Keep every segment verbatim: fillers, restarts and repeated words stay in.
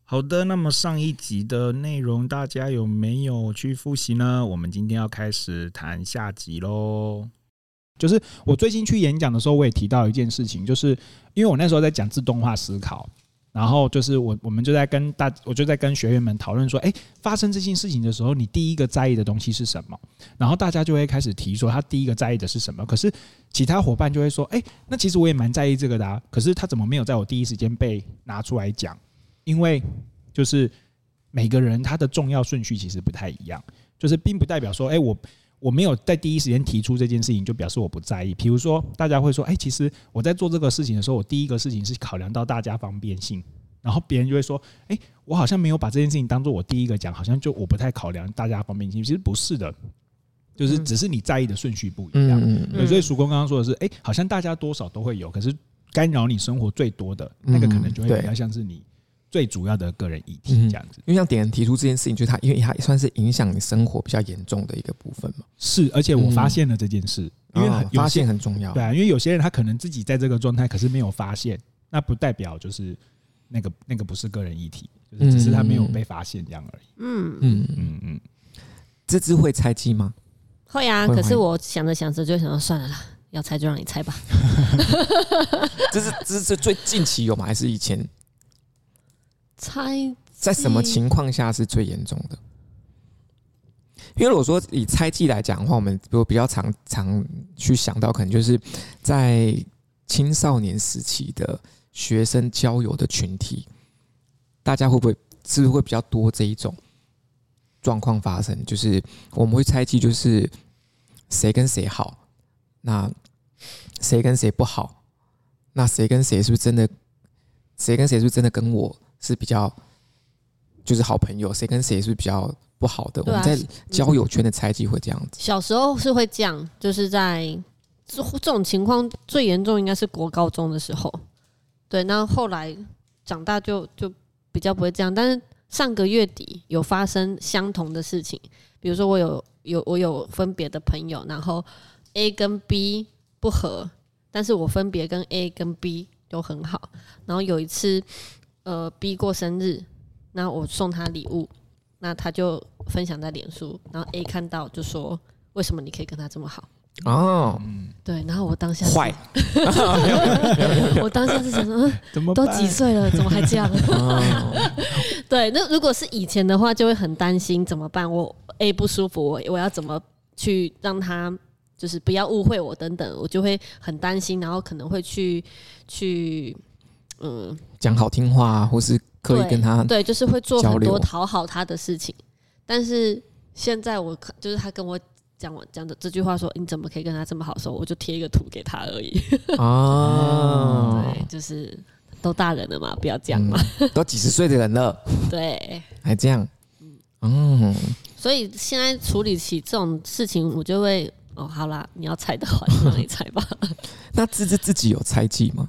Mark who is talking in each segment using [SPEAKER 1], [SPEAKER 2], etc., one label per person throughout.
[SPEAKER 1] 好的，那么上一集的内容大家有没有去复习呢？我们今天要开始谈下集咯。
[SPEAKER 2] 就是我最近去演讲的时候，我也提到一件事情，就是因为我那时候在讲自动化思考，然后就是我我们就在跟大我就在跟学员们讨论说，哎，发生这件事情的时候，你第一个在意的东西是什么？然后大家就会开始提说，他第一个在意的是什么？可是其他伙伴就会说，哎，那其实我也蛮在意这个的啊，可是他怎么没有在我第一时间被拿出来讲？因为就是每个人他的重要顺序其实不太一样，就是并不代表说，哎，我我没有在第一时间提出这件事情，就表示我不在意。比如说，大家会说，哎，其实我在做这个事情的时候，我第一个事情是考量到大家方便性，然后别人就会说，哎，我好像没有把这件事情当做我第一个讲，好像就我不太考量大家方便性。其实不是的，就是只是你在意的顺序不一样。嗯嗯、所以曙光刚刚说的是，哎，好像大家多少都会有，可是干扰你生活最多的那个，可能就会比较像是你最主要的个人议题这样子。
[SPEAKER 3] 嗯、因为像点人提出这件事情，就是它，因为它算是影响你生活比较严重的一个部分嘛。
[SPEAKER 2] 是，而且我发现了这件事，嗯、因为、哦、
[SPEAKER 3] 发现很重要。
[SPEAKER 2] 对啊，因为有些人他可能自己在这个状态，可是没有发现，那不代表就是那个那个不是个人议题，就是只是他没有被发现这样而已。
[SPEAKER 4] 嗯
[SPEAKER 3] 嗯嗯嗯。芝芝会猜忌吗？
[SPEAKER 4] 会啊，可是我想着想着就想到算了啦，要猜就让你猜吧。
[SPEAKER 3] 这是这是最近期有吗？还是以前？
[SPEAKER 4] 猜
[SPEAKER 3] 在什么情况下是最严重的？因为如果说以猜忌来讲的话，我们比较常常去想到，可能就是在青少年时期的学生交友的群体，大家会不会是不是会比较多这一种状况发生？就是我们会猜忌，就是谁跟谁好，那谁跟谁不好，那谁跟谁是不是真的，谁跟谁是不是真的跟我是比较就是好朋友，谁跟谁是比较不好的？啊、我们在交友圈的猜忌会这样子。
[SPEAKER 4] 小时候是会这样，就是在这种情况最严重应该是国高中的时候。对，那后来长大就就比较不会这样。但是上个月底有发生相同的事情，比如说我有有我有分别的朋友，然后 A 跟 B 不合，但是我分别跟 A 跟 B 都很好。然后有一次。呃 ，B 过生日，那我送他礼物，那他就分享在脸书，然后 A 看到就说：“为什么你可以跟他这么好？”
[SPEAKER 3] 哦，
[SPEAKER 4] 对，然后我当下
[SPEAKER 3] 坏，
[SPEAKER 4] 我当下是想说，嗯、都几岁了，怎么还这样？哦、对，那如果是以前的话，就会很担心怎么办？我 A 不舒服，我我要怎么去让他就是不要误会我等等，我就会很担心，然后可能会去去。嗯，
[SPEAKER 3] 讲好听话、啊，或是刻意跟他
[SPEAKER 4] 对，对，就是会做很多讨好他的事情。但是现在我就是他跟我讲我讲的这句话说，你怎么可以跟他这么好的时候，我就贴一个图给他而已。哦，对，就是都大人了嘛，不要这样嘛，
[SPEAKER 3] 嗯、都几十岁的人了，
[SPEAKER 4] 对，
[SPEAKER 3] 还这样，嗯，
[SPEAKER 4] 所以现在处理起这种事情，我就会哦，好啦，你要猜的话，就让你猜吧。
[SPEAKER 3] 那芝芝自己有猜忌吗？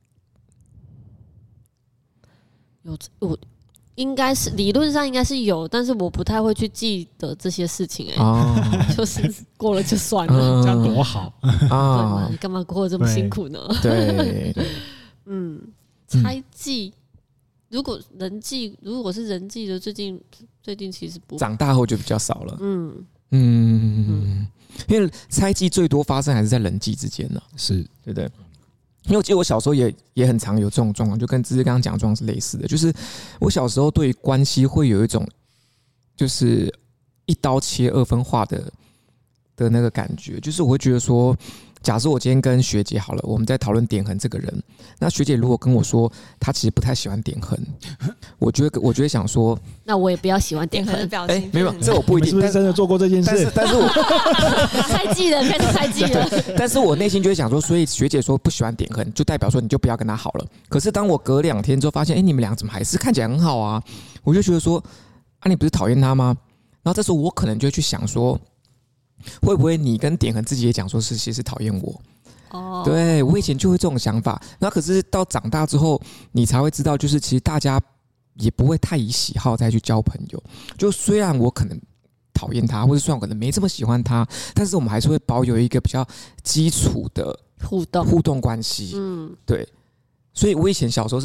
[SPEAKER 4] 有，我应该是理论上应该是有，但是我不太会去记得这些事情、欸，哎、哦，就是过了就算了，
[SPEAKER 2] 嗯、这样多好
[SPEAKER 4] 啊！你干嘛过得这么辛苦呢？
[SPEAKER 3] 对，
[SPEAKER 4] 嗯，猜忌，如果人际，如果是人际的，最近最近其实不
[SPEAKER 3] 长大后就比较少了，
[SPEAKER 4] 嗯
[SPEAKER 3] 嗯嗯，因为猜忌最多发生还是在人际之间呢，
[SPEAKER 2] 是
[SPEAKER 3] 对不对？因为我记得我小时候也也很常有这种状况，就跟芝芝刚刚讲的状况是类似的。就是我小时候对于关系会有一种，就是一刀切二分化的的那个感觉。就是我会觉得说，假设我今天跟学姐好了，我们在讨论点恒这个人，那学姐如果跟我说她其实不太喜欢点恒，我觉得我就会想说，
[SPEAKER 4] 那我也不要喜欢点恒
[SPEAKER 5] 的表情。
[SPEAKER 3] 哎，没有，这我不一定，
[SPEAKER 2] 是不是真的做过这件事？
[SPEAKER 3] 但是，但是我
[SPEAKER 4] 猜忌了，开始猜忌了。
[SPEAKER 3] 但是我内心就会想说，所以学姐说不喜欢点恒，就代表说你就不要跟她好了。可是当我隔两天之后发现，哎，你们俩怎么还是看起来很好啊？我就觉得说，啊，你不是讨厌他吗？然后这时候我可能就会去想说。会不会你跟点恒自己也讲说是其实讨厌我？哦，对我以前就会这种想法，那可是到长大之后，你才会知道，就是其实大家也不会太以喜好再去交朋友。就虽然我可能讨厌他，或者虽然我可能没这么喜欢他，但是我们还是会保有一个比较基础的
[SPEAKER 4] 互动
[SPEAKER 3] 互动关系。嗯，对。所以我以前小时候是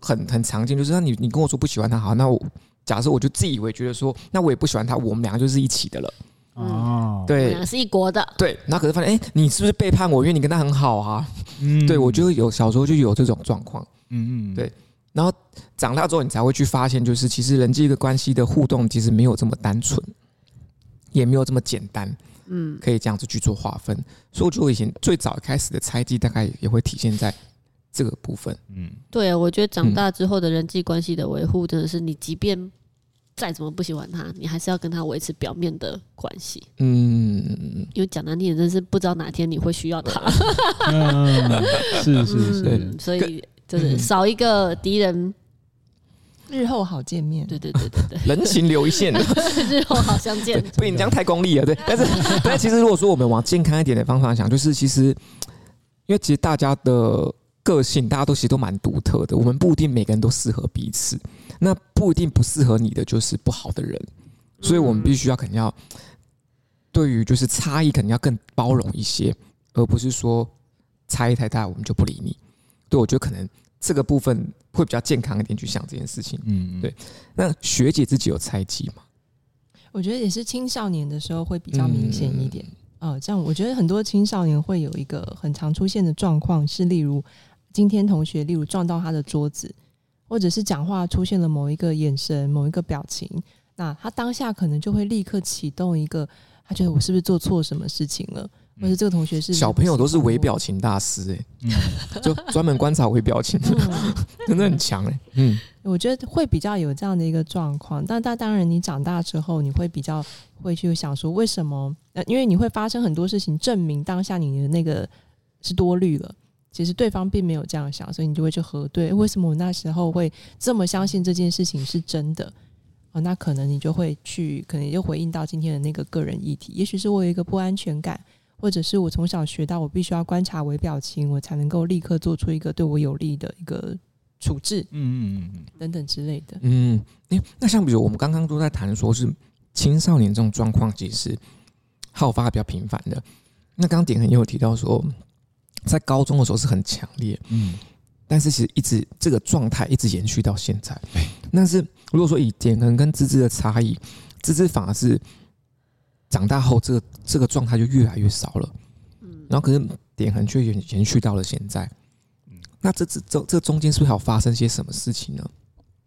[SPEAKER 3] 很很常见，就是那你你跟我说不喜欢他，好，那我假设我就自以为觉得说，那我也不喜欢他，我们两个就是一起的了。
[SPEAKER 2] 哦，
[SPEAKER 3] 对，
[SPEAKER 4] 两个是一国的。
[SPEAKER 3] 对，然后可是发现，哎、欸，你是不是背叛我？因为你跟他很好啊。嗯，对我就有小时候就有这种状况。嗯嗯，对。然后长大之后，你才会去发现，就是其实人际的关系的互动其实没有这么单纯，也没有这么简单。嗯，可以这样子去做划分。所以我觉得我以前最早开始的猜忌，大概也会体现在这个部分。嗯，
[SPEAKER 4] 对，我觉得长大之后的人际关系的维护，真的是你即便再怎么不喜欢他，你还是要跟他维持表面的关系。嗯，因为讲难听点，真是不知道哪天你会需要他。
[SPEAKER 2] 嗯，是是是、
[SPEAKER 4] 嗯，所以就是少一个敌人，
[SPEAKER 5] 日后好见面。
[SPEAKER 4] 对对对对对，
[SPEAKER 3] 人情留一线，
[SPEAKER 4] 日后好相见。
[SPEAKER 3] 不，你这样太功利了，对。但是，但其实如果说我们往健康一点的方法想，就是其实，因为其实大家的个性，大家都其实都蛮独特的，我们不一定每个人都适合彼此。那不一定不适合你的就是不好的人，所以我们必须要肯定要对于就是差异肯定要更包容一些，而不是说差异太大我们就不理你。对，我觉得可能这个部分会比较健康一点去想这件事情。嗯，对。那学姐自己有猜忌吗？
[SPEAKER 5] 我觉得也是青少年的时候会比较明显一点。嗯、呃，这样我觉得很多青少年会有一个很常出现的状况是，例如今天同学例如撞到他的桌子。或者是讲话出现了某一个眼神、某一个表情，那他当下可能就会立刻启动一个，他觉得我是不是做错什么事情了，嗯、或者这个同学是
[SPEAKER 3] 小朋友都是微表情大师哎、欸，嗯、就专门观察微表情，嗯、真的很强哎、欸。嗯，
[SPEAKER 5] 我觉得会比较有这样的一个状况，但但当然你长大之后，你会比较会去想说为什么？呃，因为你会发生很多事情，证明当下你的那个是多虑了。其实对方并没有这样想，所以你就会去核对，为什么我那时候会这么相信这件事情是真的？哦，那可能你就会去，可能就回应到今天的那个个人议题。也许是我有一个不安全感，或者是我从小学到我必须要观察微表情，我才能够立刻做出一个对我有利的一个处置，嗯嗯嗯等等之类的。
[SPEAKER 3] 嗯，那像比如我们刚刚都在谈说是青少年这种状况，其实好发比较频繁的。那刚刚典衡也有提到说。在高中的时候是很强烈，嗯，但是其实一直这个状态一直延续到现在。但是如果说以典衡跟芝芝的差异，芝芝反而是长大后这个这个状态就越来越少了，嗯，然后可是典衡却延延续到了现在。那这这这这中间是不是还有发生些什么事情呢？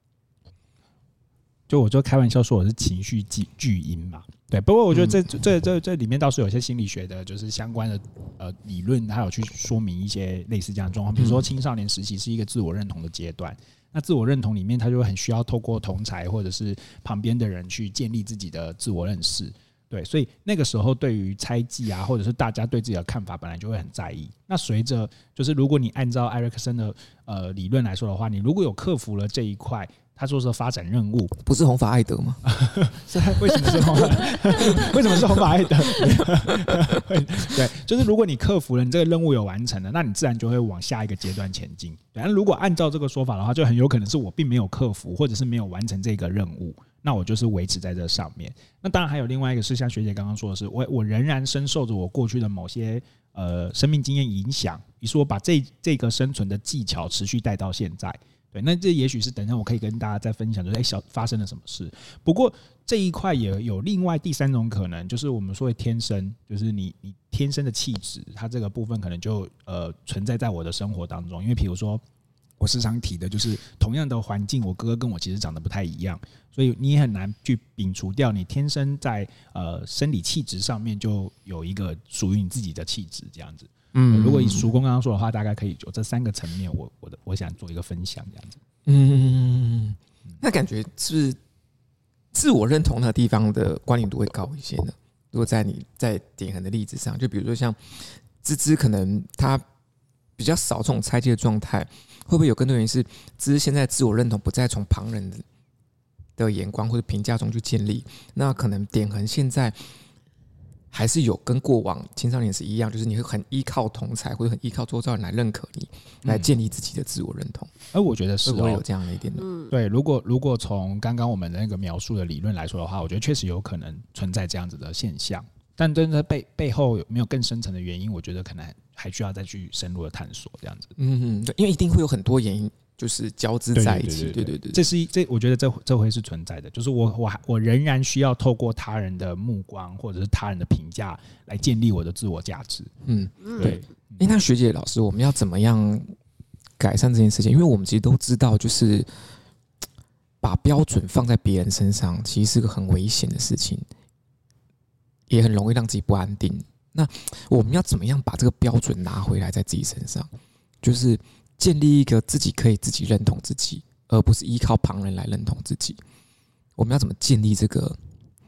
[SPEAKER 2] 就我就开玩笑说我是情绪巨婴嘛，对。不过我觉得这、嗯、这这这里面倒是有些心理学的，就是相关的呃理论，还有去说明一些类似这样的状况。比如说青少年时期是一个自我认同的阶段，那自我认同里面，他就会很需要透过同侪或者是旁边的人去建立自己的自我认识。对，所以那个时候对于猜忌啊，或者是大家对自己的看法，本来就会很在意。那随着就是如果你按照艾瑞克森的呃理论来说的话，你如果有克服了这一块。他说是发展任务，
[SPEAKER 3] 不是红发艾德吗？
[SPEAKER 2] 为什么是红发？为什么是红发艾德？对，就是如果你克服了，你这个任务有完成了，那你自然就会往下一个阶段前进。对，那如果按照这个说法的话，就很有可能是我并没有克服，或者是没有完成这个任务，那我就是维持在这上面。那当然还有另外一个是，像学姐刚刚说的是，我我仍然深受着我过去的某些呃生命经验影响，于是我把这这个生存的技巧持续带到现在。对，那这也许是等一下我可以跟大家再分享，就是哎、欸，小发生了什么事。不过这一块也有另外第三种可能，就是我们说的天生，就是你你天生的气质，它这个部分可能就呃存在在我的生活当中。因为比如说我时常提的就是同样的环境，我哥哥跟我其实长得不太一样，所以你也很难去摒除掉你天生在呃生理气质上面就有一个属于你自己的气质这样子。嗯，如果以叔公刚刚说的话，大概可以有这三个层面，我我的我想做一个分享这样子。
[SPEAKER 3] 嗯，那感觉是不是自我认同的地方的关联度会高一些呢？如果在你在典衡的例子上，就比如说像芝芝，可能他比较少这种猜忌的状态，会不会有更多原因是芝芝现在自我认同不再从旁人的眼光或者评价中去建立？那可能典衡现在。还是有跟过往青少年是一样，就是你会很依靠同侪或者很依靠周遭人来认可你，来建立自己的自我认同。
[SPEAKER 2] 而我觉得是、哦、
[SPEAKER 3] 会不会有这样的一点呢？
[SPEAKER 2] 对，如果如果从刚刚我们的那个描述的理论来说的话，我觉得确实有可能存在这样子的现象，但真的背背后有没有更深层的原因，我觉得可能还需要再去深入的探索这样子。
[SPEAKER 3] 嗯，对，因为一定会有很多原因就是交织在一起。对对 对, 对, 对，
[SPEAKER 2] 这是这我觉得这这会是存在的，就是我我我仍然需要透过他人的目光或者是他人的评价来建立我的自我价值。
[SPEAKER 3] 嗯，
[SPEAKER 2] 对。
[SPEAKER 3] 哎、欸，那学姐老师，我们要怎么样改善这件事情？因为我们其实都知道，就是把标准放在别人身上，其实是个很危险的事情，也很容易让自己不安定。那我们要怎么样把这个标准拿回来在自己身上？就是建立一个自己可以自己认同自己，而不是依靠旁人来认同自己。我们要怎么建立这个？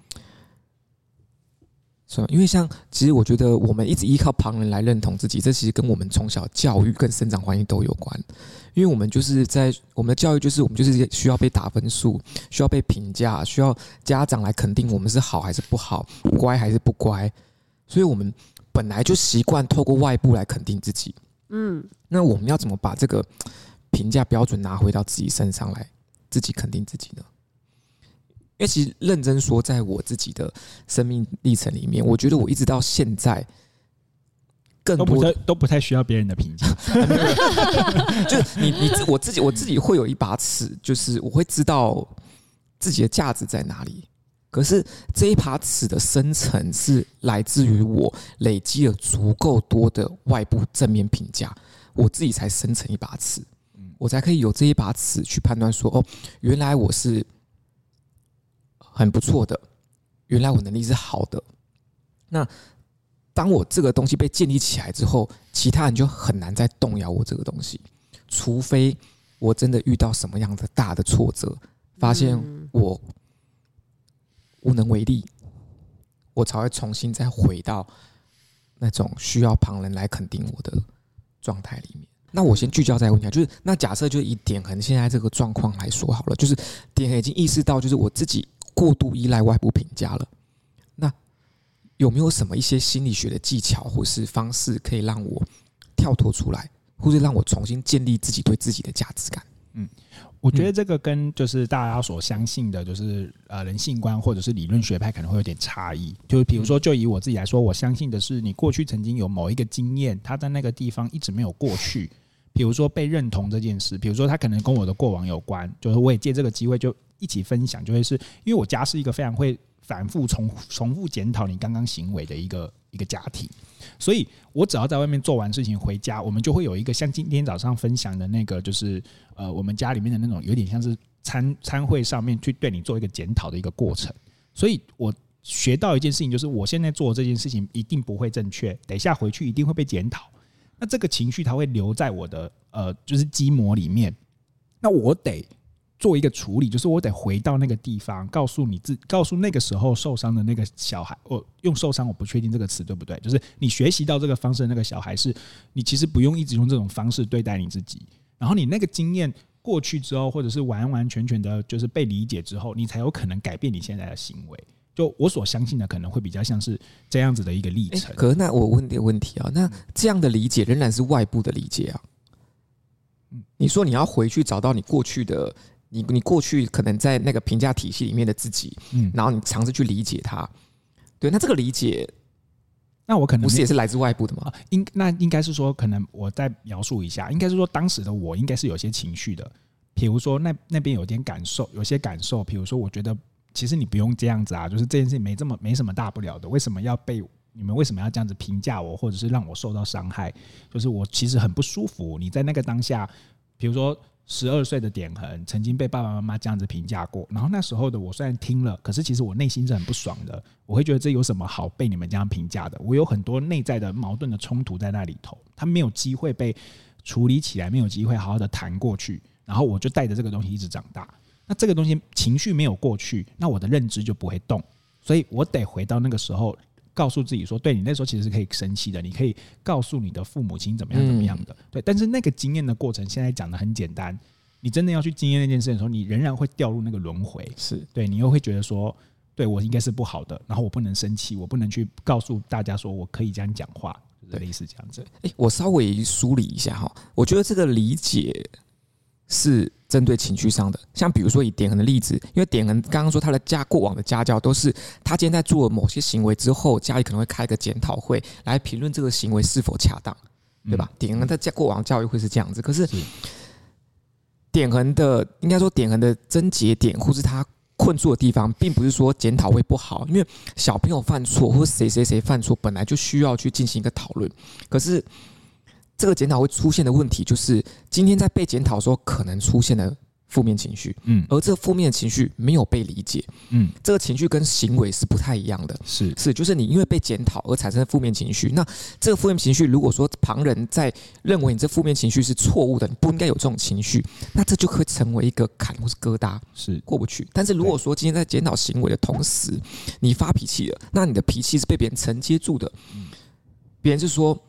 [SPEAKER 3] 是吧？因为像其实我觉得我们一直依靠旁人来认同自己，这其实跟我们从小教育跟生长环境都有关。因为我们就是在我们的教育，就是我们就是需要被打分数，需要被评价，需要家长来肯定我们是好还是不好，乖还是不乖。所以我们本来就习惯透过外部来肯定自己。嗯，那我们要怎么把这个评价标准拿回到自己身上来，自己肯定自己呢？因为其实认真说，在我自己的生命历程里面，我觉得我一直到现在，更多
[SPEAKER 2] 都不太都不太需要别人的评价。
[SPEAKER 3] 就是你你我自己我自己会有一把尺，就是我会知道自己的价值在哪里。可是这一把尺的生成是来自于我累积了足够多的外部正面评价，我自己才生成一把尺，我才可以有这一把尺去判断说，哦，原来我是很不错的，原来我能力是好的。那当我这个东西被建立起来之后，其他人就很难再动摇我这个东西，除非我真的遇到什么样的大的挫折，发现我无能为力，我才会重新再回到那种需要旁人来肯定我的状态里面。那我先聚焦在问题，就是那假设就以点恒现在这个状况来说好了，就是点恒已经意识到，就是我自己过度依赖外部评价了。那有没有什么一些心理学的技巧或是方式，可以让我跳脱出来，或是让我重新建立自己对自己的价值感？
[SPEAKER 2] 嗯，我觉得这个跟就是大家所相信的，就是呃人性观或者是理论学派可能会有点差异。就是比如说，就以我自己来说，我相信的是，你过去曾经有某一个经验，它在那个地方一直没有过去。比如说被认同这件事，比如说它可能跟我的过往有关，就是我也借这个机会就一起分享，就会是因为我家是一个非常会反复重重复检讨你刚刚行为的一个一个家庭，所以我只要在外面做完事情回家，我们就会有一个像今天早上分享的那个，就是呃我们家里面的那种有点像是餐餐会上面去对你做一个检讨的一个过程。所以我学到一件事情，就是我现在做的这件事情一定不会正确，等一下回去一定会被检讨。那这个情绪它会留在我的呃就是基膜里面，那我得做一个处理，就是我得回到那个地方，告诉你自，告诉那个时候受伤的那个小孩，我用受伤我不确定这个词对不对，就是你学习到这个方式的那个小孩，是你其实不用一直用这种方式对待你自己，然后你那个经验过去之后，或者是完完全全的就是被理解之后，你才有可能改变你现在的行为。就我所相信的可能会比较像是这样子的一个历程。
[SPEAKER 3] 欸、可是那我问点问题啊，那这样的理解仍然是外部的理解啊。你说你要回去找到你过去的，你你过去可能在那个评价体系里面的自己，嗯，然后你尝试去理解它。对，那这个理解，
[SPEAKER 2] 那我可能
[SPEAKER 3] 不是也是来自外部的吗？
[SPEAKER 2] 应那应该是说，可能我再描述一下，应该是说当时的我应该是有些情绪的，比如说那那边有点感受，有些感受，比如说我觉得。其实你不用这样子啊，就是这件事情没这么没什么大不了的，为什么要被你们为什么要这样子评价我，或者是让我受到伤害？就是我其实很不舒服。你在那个当下，比如说十二岁的点恒曾经被爸爸妈妈这样子评价过，然后那时候的我虽然听了，可是其实我内心是很不爽的。我会觉得这有什么好被你们这样评价的？我有很多内在的矛盾的冲突在那里头，他没有机会被处理起来，没有机会好好的谈过去，然后我就带着这个东西一直长大。那这个东西情绪没有过去，那我的认知就不会动，所以我得回到那个时候，告诉自己说，对，你那时候其实是可以生气的，你可以告诉你的父母亲怎么样怎么样的，对。但是那个经验的过程，现在讲的很简单，你真的要去经验那件事的时候，你仍然会掉入那个轮回，
[SPEAKER 3] 是
[SPEAKER 2] 对，你又会觉得说，对我应该是不好的，然后我不能生气，我不能去告诉大家说我可以这样讲话，就是类似这样子。
[SPEAKER 3] 欸、我稍微梳理一下哈，我觉得这个理解是针对情绪上的，像比如说以点恒的例子，因为点恒刚刚说他的家过往的家教都是他今天在做某些行为之后，家里可能会开个检讨会来评论这个行为是否恰当，对吧？点恒在过往教育会是这样子，可是点横的，应该说点横的症结点，或是他困住的地方，并不是说检讨会不好，因为小朋友犯错或谁谁谁犯错，本来就需要去进行一个讨论。可是这个检讨会出现的问题，就是今天在被检讨的时候，可能出现了负面情绪，嗯，而这个负面的情绪没有被理解，嗯，这个情绪跟行为是不太一样的，
[SPEAKER 2] 是
[SPEAKER 3] 是，就是你因为被检讨而产生的负面情绪，那这个负面情绪，如果说旁人在认为你这负面情绪是错误的，你不应该有这种情绪，那这就会成为一个坎或是疙瘩，
[SPEAKER 2] 是
[SPEAKER 3] 过不去。但是如果说今天在检讨行为的同时，你发脾气了，那你的脾气是被别人承接住的，别人是说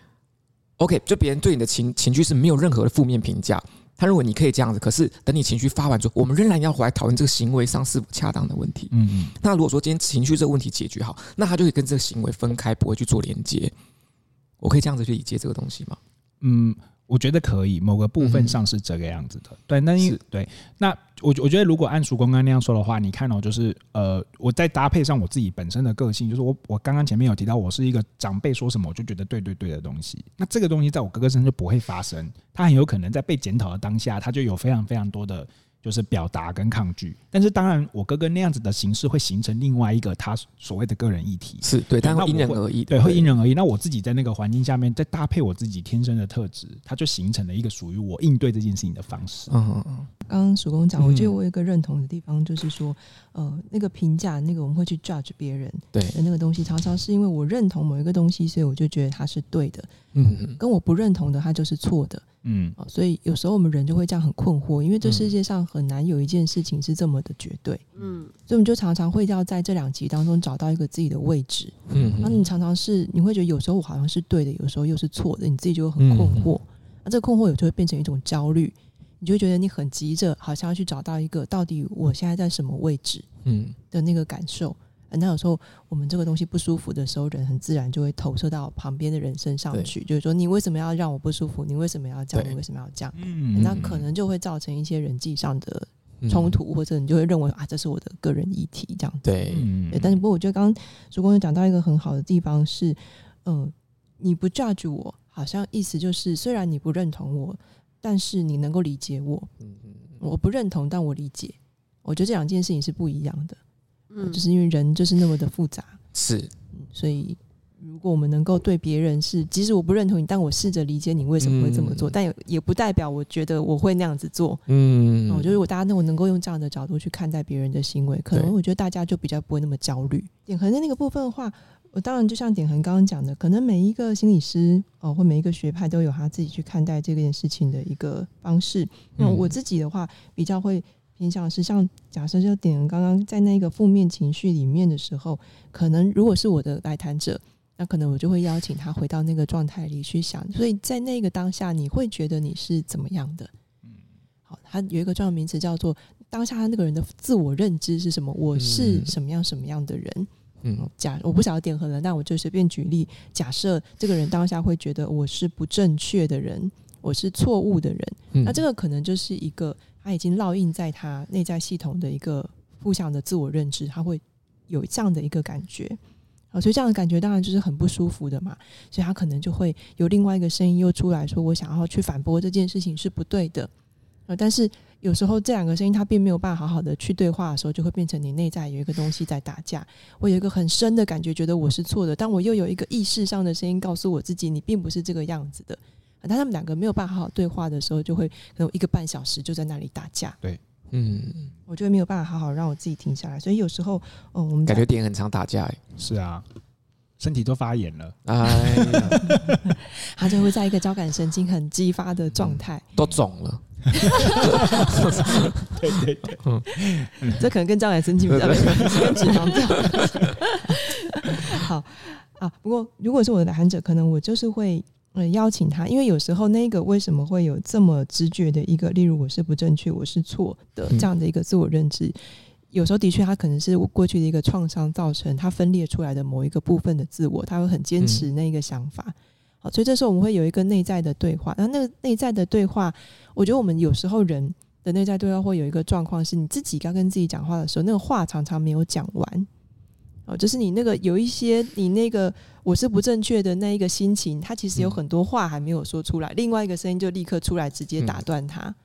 [SPEAKER 3] ，OK， 就别人对你的情情绪是没有任何的负面评价。他认为你可以这样子，可是等你情绪发完之后，我们仍然要回来讨论这个行为上是否恰当的问题。嗯嗯。那如果说今天情绪这个问题解决好，那他就可以跟这个行为分开，不会去做连接。我可以这样子去理解这个东西吗？
[SPEAKER 2] 嗯，我觉得可以，某个部分上是这个样子的。嗯、对，那因对，那我我觉得如果按曙光刚刚那样说的话，你看哦，就是呃，我再搭配上我自己本身的个性，就是我我刚刚前面有提到，我是一个长辈说什么我就觉得对对对的东西。那这个东西在我哥哥身上就不会发生，他很有可能在被检讨的当下，他就有非常非常多的。就是表达跟抗拒，但是当然，我哥哥那样子的形式会形成另外一个他所谓的个人议题，
[SPEAKER 3] 是对，但会因人而异，
[SPEAKER 2] 对，会因人而异。那我自己在那个环境下面，再搭配我自己天生的特质，它就形成了一个属于我应对这件事情的方式。嗯
[SPEAKER 5] 嗯。刚刚曙光讲，我觉得我有一个认同的地方，就是说，呃，那个评价，那个我们会去 judge 别人的那个东西，常常是因为我认同某一个东西，所以我就觉得它是对的。嗯，跟我不认同的，它就是错的。嗯，所以有时候我们人就会这样很困惑，因为这世界上很难有一件事情是这么的绝对。嗯，所以我们就常常会要在这两极当中找到一个自己的位置。嗯，然后你常常是你会觉得有时候我好像是对的，有时候又是错的，你自己就会很困惑。那、嗯、这个困惑有时候会变成一种焦虑，你就会觉得你很急着，好像要去找到一个到底我现在在什么位置，嗯的那个感受。那有时候我们这个东西不舒服的时候，人很自然就会投射到旁边的人身上去，就是说你为什么要让我不舒服？你为什么要这样？你为什么要这样？嗯，那可能就会造成一些人际上的冲突，嗯、或者你就会认为啊，这是我的个人议题这样子。
[SPEAKER 3] 对，
[SPEAKER 5] 对。但是不过我觉得刚刚曙光有讲到一个很好的地方是，嗯、呃，你不 judge 我，好像意思就是虽然你不认同我，但是你能够理解我。嗯嗯，我不认同，但我理解。我觉得这两件事情是不一样的。嗯，就是因为人就是那么的复杂，
[SPEAKER 3] 是，
[SPEAKER 5] 嗯、所以如果我们能够对别人是，即使我不认同你，但我试着理解你为什么会这么做，嗯、但也也不代表我觉得我会那样子做。嗯，我觉得如果大家那我能够用这样的角度去看待别人的行为，可能我觉得大家就比较不会那么焦虑。点横的那个部分的话，我当然就像点横刚刚讲的，可能每一个心理师哦、呃，或每一个学派都有他自己去看待这件事情的一个方式。那我自己的话，比较会。偏向是像假设就点刚刚在那个负面情绪里面的时候，可能如果是我的来谈者，那可能我就会邀请他回到那个状态里去想，所以在那个当下你会觉得你是怎么样的。好，他有一个专有名词叫做当下他那个人的自我认知是什么，我是什么样什么样的人。嗯，假我不晓得点横了，但我就随便举例，假设这个人当下会觉得我是不正确的人，我是错误的人、嗯、那这个可能就是一个他已经烙印在他内在系统的一个负向的自我认知，他会有这样的一个感觉，所以这样的感觉当然就是很不舒服的嘛，所以他可能就会有另外一个声音又出来说我想要去反驳这件事情是不对的，但是有时候这两个声音他并没有办法好好的去对话的时候，就会变成你内在有一个东西在打架，我有一个很深的感觉觉得我是错的，但我又有一个意识上的声音告诉我自己你并不是这个样子的，但他们两个没有办法好好对话的时候，就会可能一个半小时就在那里打架。
[SPEAKER 2] 对，
[SPEAKER 5] 嗯，我就没有办法好好让我自己停下来，所以有时候，嗯，我们
[SPEAKER 3] 感觉点很常打架、欸，
[SPEAKER 2] 是啊，身体都发炎了，
[SPEAKER 3] 哎呀，
[SPEAKER 5] 他就会在一个交感神经很激发的状态、
[SPEAKER 3] 嗯，都肿了。
[SPEAKER 2] 对对对，嗯，
[SPEAKER 5] 这可能跟交感神经比较有关系，跟脂肪比较有关系。好啊，不过如果是我的来访者，可能我就是会。呃，邀请他，因为有时候那个为什么会有这么直觉的一个，例如我是不正确，我是错的这样的一个自我认知，嗯、有时候的确他可能是过去的一个创伤造成他分裂出来的某一个部分的自我，他会很坚持那个想法。嗯、好，所以这时候我们会有一个内在的对话，然后那个内在的对话，我觉得我们有时候人的内在对话会有一个状况是，你自己刚跟自己讲话的时候，那个话常常没有讲完。哦，就是你那个有一些你那个我是不正确的那一个心情，它其实有很多话还没有说出来，嗯、另外一个声音就立刻出来直接打断它。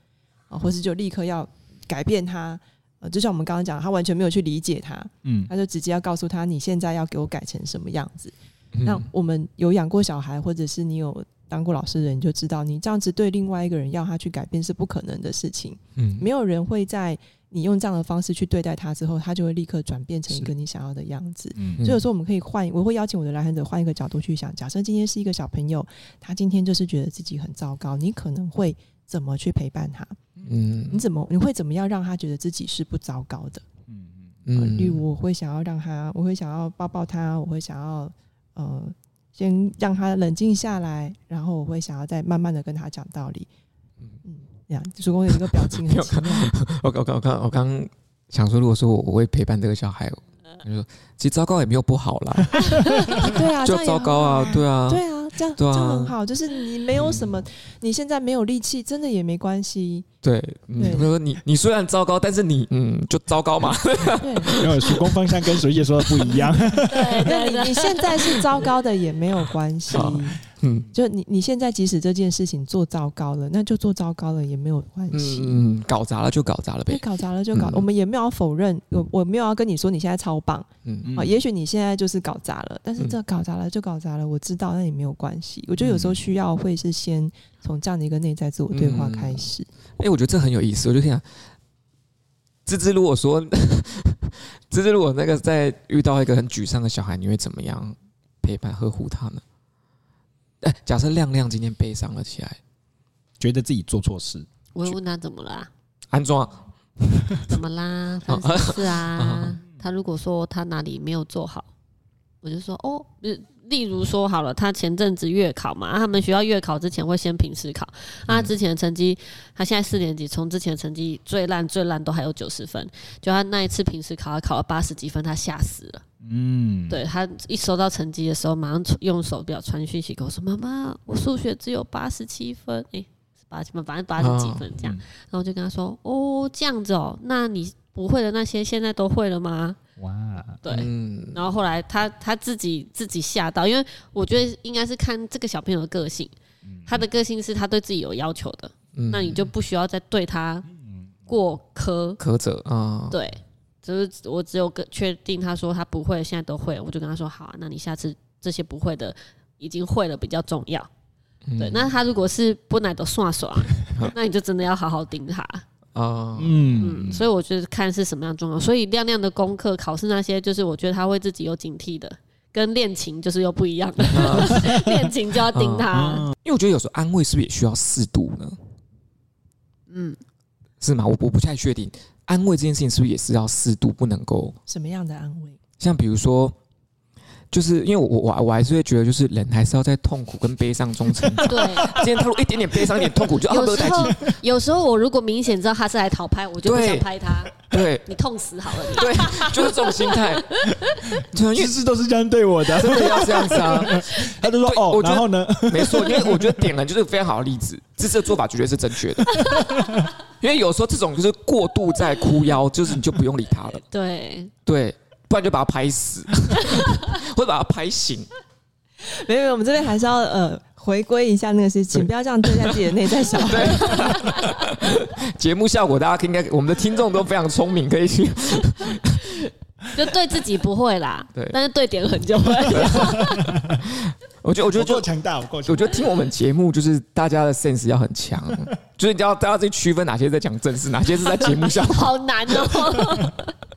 [SPEAKER 5] 啊，或是就立刻要改变他。呃，就像我们刚刚讲，他完全没有去理解他，嗯，他就直接要告诉他你现在要给我改成什么样子。嗯、那我们有养过小孩，或者是你有当过老师的人，你就知道，你这样子对另外一个人要他去改变是不可能的事情。嗯，没有人会在你用这样的方式去对待他之后，他就会立刻转变成一个你想要的样子。嗯，所以有时候我们可以换，我会邀请我的来访者换一个角度去想，假设今天是一个小朋友，他今天就是觉得自己很糟糕，你可能会怎么去陪伴他？嗯，你怎么你会怎么样让他觉得自己是不糟糕的？嗯嗯、呃，例如我会想要让他，我会想要抱抱他，我会想要呃先让他冷静下来，然后我会想要再慢慢的跟他讲道理。嗯，这样主公有一个表情很奇妙。
[SPEAKER 3] 我我我刚我刚想说，如果说我会陪伴这个小孩，我就说其实糟糕也没有不好啦。
[SPEAKER 5] 对啊，
[SPEAKER 3] 就糟糕啊，对啊，
[SPEAKER 5] 对啊。这样就很好，就是你没有什么，你现在没有力气，真的也没关系。
[SPEAKER 3] 对，嗯，说你你虽然糟糕，但是你嗯就糟糕嘛。
[SPEAKER 2] 对，因为属公方向跟水姐说的不一样。
[SPEAKER 5] 对，对你你现在是糟糕的也没有关系。嗯，就你你现在即使这件事情做糟糕了，那就做糟糕了也没有关系。
[SPEAKER 3] 嗯，搞砸了就搞砸了呗。
[SPEAKER 5] 搞砸了就搞，嗯、我们也没有要否认，我我没有要跟你说你现在超棒。嗯啊，也许你现在就是搞砸了，但是这搞砸了就搞砸了，我知道，那也没有关系。我觉得有时候需要会是先从这样的一个内在自我对话开始。
[SPEAKER 3] 哎、嗯欸，我觉得这很有意思。我就想，芝芝如果说，芝芝如果那个在遇到一个很沮丧的小孩，你会怎么样陪伴呵护他呢？哎、欸，假设亮亮今天悲伤了起来，
[SPEAKER 2] 觉得自己做错事，
[SPEAKER 4] 我会问他怎么啦？
[SPEAKER 3] 安装、啊、
[SPEAKER 4] 怎么啦？发生什么事啊？他如果说他哪里没有做好，我就说哦，例如说好了，他前阵子月考嘛，他们学校月考之前会先平时考，他之前的成绩，他现在四年级，从之前的成绩最烂最烂都还有九十分，就他那一次平时考，他考了八十几分，他吓死了。嗯，对，他一收到成绩的时候，马上用手表传讯息跟我说：“妈妈，我数学只有八十七分。”哎，八十七分，反正八十几分这样。然后我就跟他说：“哦，这样子哦，那你不会的那些现在都会了吗？”哇，对，嗯、然后后来他他自己自己吓到，因为我觉得应该是看这个小朋友的个性，嗯、他的个性是他对自己有要求的，嗯、那你就不需要再对他过苛
[SPEAKER 3] 苛责啊，
[SPEAKER 4] 对。就是我只有确定他说他不会，现在都会，我就跟他说好啊，那你下次这些不会的已经会了比较重要。嗯、对，那他如果是不奶的耍耍，那你就真的要好好盯他啊。嗯嗯，所以我觉得看是什么样重要。所以亮亮的功课、考试那些，就是我觉得他会自己有警惕的，跟练琴就是又不一样的。练琴就要盯他，
[SPEAKER 3] 因为我觉得有时候安慰是不是也需要适度呢？嗯，是吗？我我不太确定。安慰这件事情是不是也是要适度，不能够
[SPEAKER 5] 什么样的安慰？
[SPEAKER 3] 像比如说，就是因为我我我还是会觉得，就是人还是要在痛苦跟悲伤中成长。
[SPEAKER 4] 对，
[SPEAKER 3] 今天他有一点点悲伤、一点痛苦，就
[SPEAKER 4] 有时候有时候我如果明显知道他是来讨拍，我就不想拍他。
[SPEAKER 3] 对，
[SPEAKER 4] 你痛死好了你。
[SPEAKER 3] 对，就是这种心态。
[SPEAKER 2] 其实都是这样对我的，
[SPEAKER 3] 真的要这样子啊。
[SPEAKER 2] 他就说哦，然后呢？
[SPEAKER 3] 没错，因为我觉得点人就是非常好的例子，这次的做法绝对是正确的。因为有时候这种就是过度在哭腰，就是你就不用理他了。
[SPEAKER 4] 对
[SPEAKER 3] 对，不然就把他拍死，或者把他拍醒。
[SPEAKER 5] 没有，我们这边还是要呃回归一下那个事情，不要这样对待自己的内在小孩。
[SPEAKER 3] 节目效果大家应该，我们的听众都非常聪明，可以去。
[SPEAKER 4] 就对自己不会啦，对，但是对点很就会。
[SPEAKER 3] 我觉得，我觉得
[SPEAKER 2] 够强大，我够强大。
[SPEAKER 3] 我觉得听我们节目，就是大家的 sense 要很强，就是你要大家去区分哪些在讲正事，哪些是在节目上。
[SPEAKER 4] 好难哦。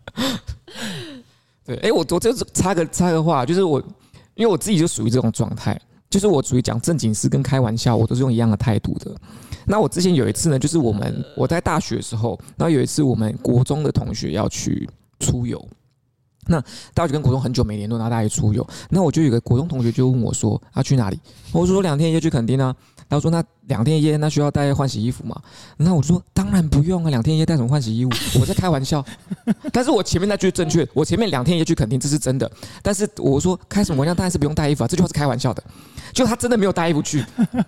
[SPEAKER 3] 对，哎、欸，我我就插个插个话，就是我，因为我自己就属于这种状态，就是我属于讲正经事跟开玩笑，我都是用一样的态度的。那我之前有一次呢，就是我们我在大学的时候，然后有一次我们国中的同学要去出游。那大学跟国中很久没联络，然后大家出游，那我就有个国中同学就问我说：“要、啊、去哪里？”我说：“两天一夜去垦丁啊。”他说：“那两天一夜，那需要带换洗衣服吗？”那我说：“当然不用啊，两天一夜带什么换洗衣服？”我在开玩笑，但是我前面那句正确，我前面两天一夜去垦丁这是真的，但是我说开什么玩笑，当然是不用带衣服啊，这句话是开玩笑的。就他真的没有带衣服去，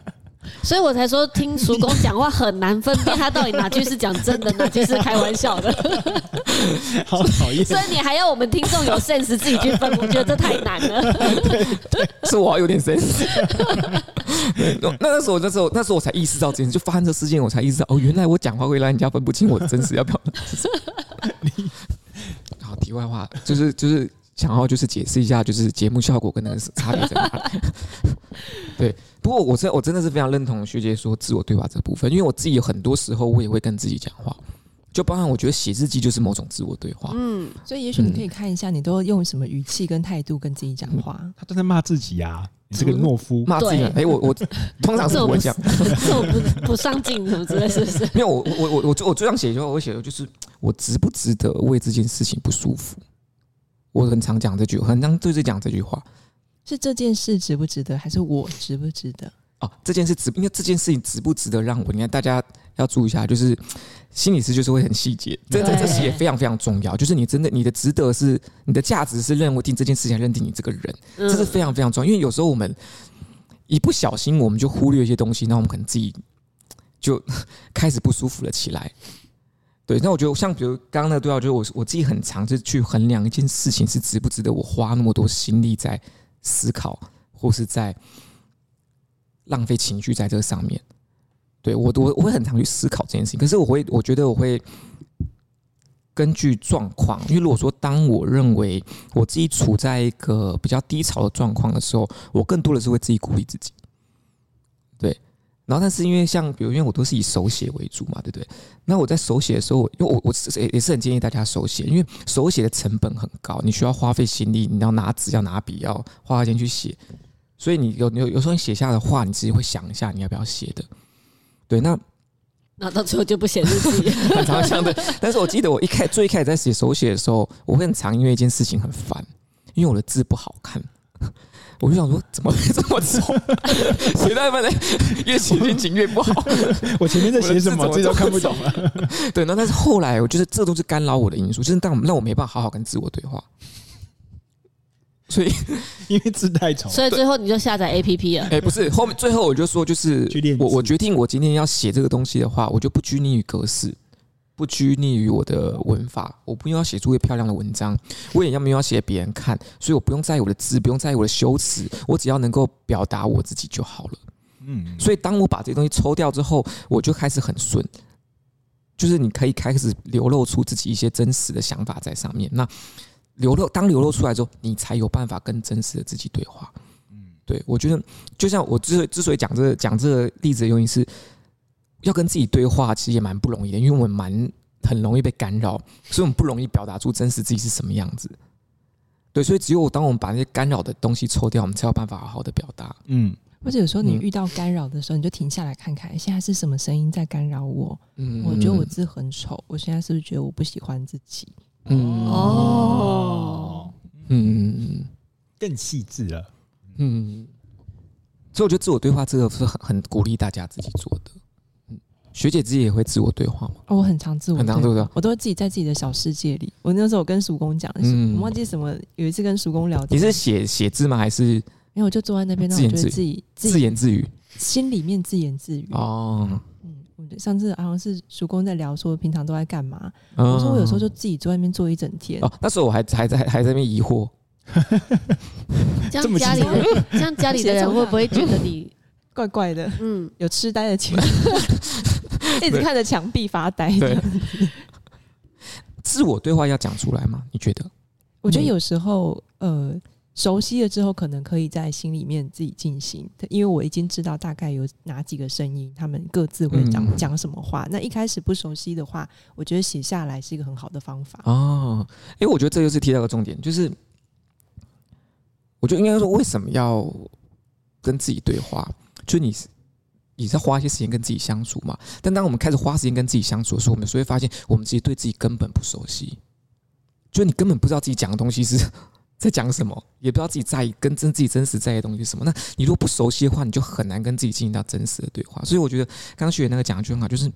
[SPEAKER 4] 所以我才说听叔公讲话很难分辨他到底哪句是讲真的，哪句是开玩笑的。
[SPEAKER 2] 好讨厌。
[SPEAKER 4] 所以你还要我们听众有 sense 自己去分，我觉得这太难了。
[SPEAKER 3] 是我有点 sense。那那时候那时候那时候我才意识到这件事，就发生这事件，我才意识到哦，原来我讲话会让人家分不清我的真实要表达是什么。好，题外话，就是就是想要就是解释一下，就是节目效果跟那个差别在哪里。对，不过我真我真的是非常认同学姐说自我对话这部分，因为我自己有很多时候我也会跟自己讲话，就包含我觉得写日记就是某种自我对话。嗯，
[SPEAKER 5] 所以也许你可以看一下，你都用什么语气跟态度跟自己讲话。
[SPEAKER 2] 嗯、他都在骂自己呀、啊，你这个懦夫，
[SPEAKER 3] 骂自己。哎、欸，我我通常是不会讲，
[SPEAKER 4] 这我不不上进什么之类，是不是？
[SPEAKER 3] 没有，我我我我我这样写的话，我写的就是我值不值得为这件事情不舒服。我很常讲这句，很常对自己讲这句话。
[SPEAKER 5] 是这件事值不值得，还是我值不值得？
[SPEAKER 3] 哦，这件事值，因为这件事情值不值得让我？你看，大家要注意一下，就是心理师就是会很细节，这这这些也非常非常重要。就是你真的你的值得是你的价值是认定这件事情，认定你这个人，这是非常非常重要。因为有时候我们一不小心，我们就忽略一些东西，那我们可能自己就开始不舒服了起来。对，那我觉得像比如刚刚那个对话，就是我我自己很常就去衡量一件事情是值不值得我花那么多心力在思考，或是在浪费情绪在这个上面。对，我我我会很常去思考这件事情，可是我会我觉得我会根据状况，因为如果说当我认为我自己处在一个比较低潮的状况的时候，我更多的是会自己鼓励自己。对。然后，但是因为像比如，因为我都是以手写为主嘛，对不对？那我在手写的时候，因为我我也是很建议大家手写，因为手写的成本很高，你需要花费心力，你要拿纸，要拿笔，要花时间去写。所以你有有有时候你写下的话，你自己会想一下你要不要写的。对，那
[SPEAKER 4] 那到最后就不写日记，
[SPEAKER 3] 很常这样的。但是我记得我一开最一开始在写手写的时候，我会很常因为一件事情很烦，因为我的字不好看。我就想说，怎么会这么丑？写到一半，越写心情越不好。
[SPEAKER 2] 我前面在写什么，自己都看不懂了。
[SPEAKER 3] 对，那但是后来，我觉得这都是干扰我的因素，就是让让我没办法好好跟自我对话。所以，
[SPEAKER 2] 因为字太丑，
[SPEAKER 4] 所以最后你就下载 A P P 了。
[SPEAKER 3] 哎、欸，不是，后面最后我就说，就是我我决定，我今天要写这个东西的话，我就不拘泥于格式。不拘泥于我的文法，我不用要写出一个漂亮的文章，我也要没有要写给别人看，所以我不用在意我的字，不用在意我的修辞，我只要能够表达我自己就好了。嗯，所以当我把这些东西抽掉之后，我就开始很顺，就是你可以开始流露出自己一些真实的想法在上面。那流露当流露出来之后，你才有办法跟真实的自己对话。嗯，对，我觉得就像我之之所以讲这个讲这个例子的原因是。要跟自己对话，其实也蛮不容易的，因为我们蛮很容易被干扰，所以我们不容易表达出真实自己是什么样子。对，所以只有当我们把那些干扰的东西抽掉，我们才有办法好好的表达。嗯，
[SPEAKER 5] 或者有时候你遇到干扰的时候，你就停下来看看，现在是什么声音在干扰我？嗯，我觉得我字很丑，我现在是不是觉得我不喜欢自己？嗯，
[SPEAKER 2] 哦，嗯，更细致了。
[SPEAKER 3] 嗯，所以我觉得自我对话这个是很很鼓励大家自己做的。学姐自己也会自我对话吗？
[SPEAKER 5] 哦，我很常自我对话，
[SPEAKER 3] 很常对不对？
[SPEAKER 5] 我都会自己在自己的小世界里。我那时候我跟叔公讲，嗯、我忘记什么，有一次跟叔公聊天，
[SPEAKER 3] 你是写写字吗？还是？因
[SPEAKER 5] 为我就坐在那边，那我就自己
[SPEAKER 3] 自言自语，
[SPEAKER 5] 心里面自言自语。哦，嗯，上次好像是叔公在聊说平常都在干嘛，哦、我说我有时候就自己坐在那边坐一整天。
[SPEAKER 3] 哦，那时候我还还在还在那边疑惑，
[SPEAKER 4] 这样家里的这样家里的人会不会觉得你
[SPEAKER 5] 怪怪的？嗯，有痴呆的情绪。一直看着墙壁发呆。对，
[SPEAKER 3] 自我对话要讲出来吗？你觉得？
[SPEAKER 5] 我觉得有时候，呃，熟悉了之后，可能可以在心里面自己进行，因为我已经知道大概有哪几个声音，他们各自会讲讲什么话。那一开始不熟悉的话，我觉得写下来是一个很好的方法。
[SPEAKER 3] 哦，因为我觉得这就是提到一个重点，就是我觉得应该说，为什么要跟自己对话？就你是。也是花一些时间跟自己相处嘛，但当我们开始花时间跟自己相处的时候，我们就会发现我们自己对自己根本不熟悉，就你根本不知道自己讲的东西是在讲什么，也不知道自己在意跟真自己真实在意的东西是什么。那你如果不熟悉的话，你就很难跟自己进行到真实的对话。所以我觉得刚刚学姐那个讲的就很好，就是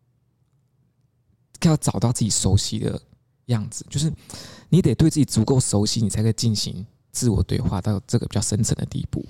[SPEAKER 3] 要找到自己熟悉的样子，就是你得对自己足够熟悉，你才可以进行自我对话到这个比较深层的地步。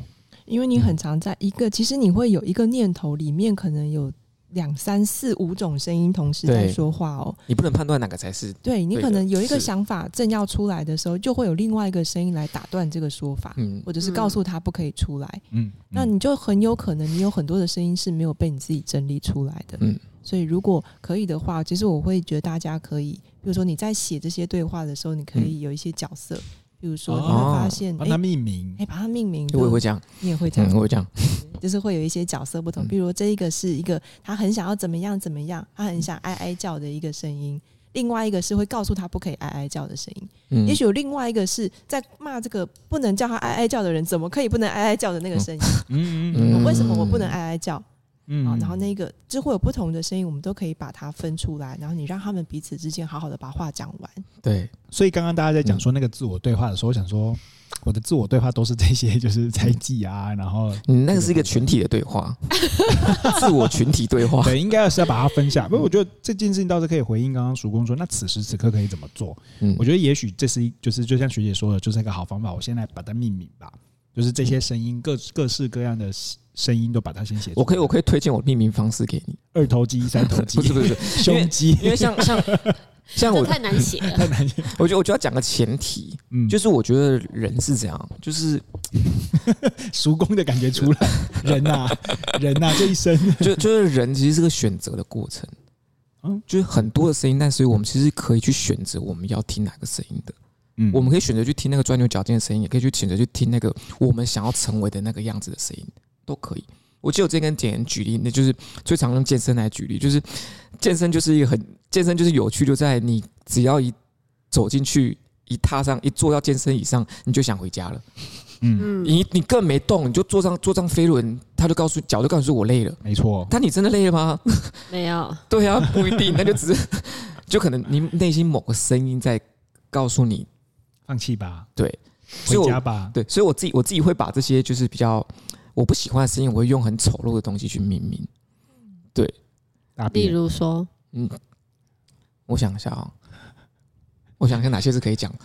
[SPEAKER 5] 因为你很常在一个，其实你会有一个念头里面可能有两三四五种声音同时在说话哦，
[SPEAKER 3] 你不能判断哪个才是
[SPEAKER 5] 对，你可能有一个想法正要出来的时候，就会有另外一个声音来打断这个说法，嗯，或者是告诉他不可以出来，嗯，那你就很有可能你有很多的声音是没有被你自己整理出来的，嗯，所以如果可以的话，其实我会觉得大家可以，比如说你在写这些对话的时候，你可以有一些角色。嗯，比如说，你会发现，
[SPEAKER 2] 帮、哦、它命名，
[SPEAKER 5] 哎、欸，把它命名，
[SPEAKER 3] 我也会这样，
[SPEAKER 5] 你也会这样，
[SPEAKER 3] 嗯、我会这样，
[SPEAKER 5] 就是会有一些角色不同。比如这一个是一个他很想要怎么样怎么样，他很想哀哀叫的一个声音；另外一个是会告诉他不可以哀哀叫的声音。嗯、也许有另外一个是在骂这个不能叫他哀哀叫的人，怎么可以不能哀哀叫的那个声音？嗯嗯嗯，为什么我不能哀哀叫？嗯，然后那个就会有不同的声音，我们都可以把它分出来，然后你让他们彼此之间好好的把话讲完。
[SPEAKER 2] 对，所以刚刚大家在讲说那个自我对话的时候，我想说我的自我对话都是这些，就是猜忌啊，然后
[SPEAKER 3] 嗯，那个是一个群体的对话，自我群体对话。
[SPEAKER 2] 对，应该是要把它分下。不过我觉得这件事情倒是可以回应刚刚曙光说，那此时此刻可以怎么做？嗯，我觉得也许这是一，就是就像学姐说的，就是一个好方法。我现在把它命名吧。就是这些声音，各各式各样的声音都把它先写出来。
[SPEAKER 3] 我可以，我可以推荐我命名方式给你：
[SPEAKER 2] 二头肌、三头肌，
[SPEAKER 3] 不是不是
[SPEAKER 2] 胸肌。
[SPEAKER 3] 因为像像像我
[SPEAKER 4] 太难写了，
[SPEAKER 2] 太难写。
[SPEAKER 3] 我觉得我就要讲个前提，嗯，就是我觉得人是这样，就是
[SPEAKER 2] 叔公的感觉出来，人呐、啊，人呐、啊，这一生
[SPEAKER 3] 就就是人其实是个选择的过程，嗯，就是很多的声音，但所以我们其实可以去选择我们要听哪个声音的。嗯、我们可以选择去听那个钻牛角尖的声音，也可以去选择去听那个我们想要成为的那个样子的声音，都可以。我记得我之前跟简言举例，那就是最常用健身来举例，就是健身就是一个很健身就是有趣，就在你只要一走进去，一踏上一坐到健身椅上，你就想回家了。嗯，你你根本没动，你就坐上坐上飞轮，他就告诉脚就告诉我累了，
[SPEAKER 2] 没错。
[SPEAKER 3] 但你真的累了吗？
[SPEAKER 4] 没有。
[SPEAKER 3] 对啊，不一定，那就只是就可能你内心某个声音在告诉你。
[SPEAKER 2] 放弃吧，
[SPEAKER 3] 对，
[SPEAKER 2] 回家吧，
[SPEAKER 3] 对，所以我自己我自己会把这些就是比较我不喜欢的声音，我会用很丑陋的东西去命名，对，
[SPEAKER 4] 例如说，
[SPEAKER 3] 嗯，我想一下啊、哦，我想一下哪些是可以讲，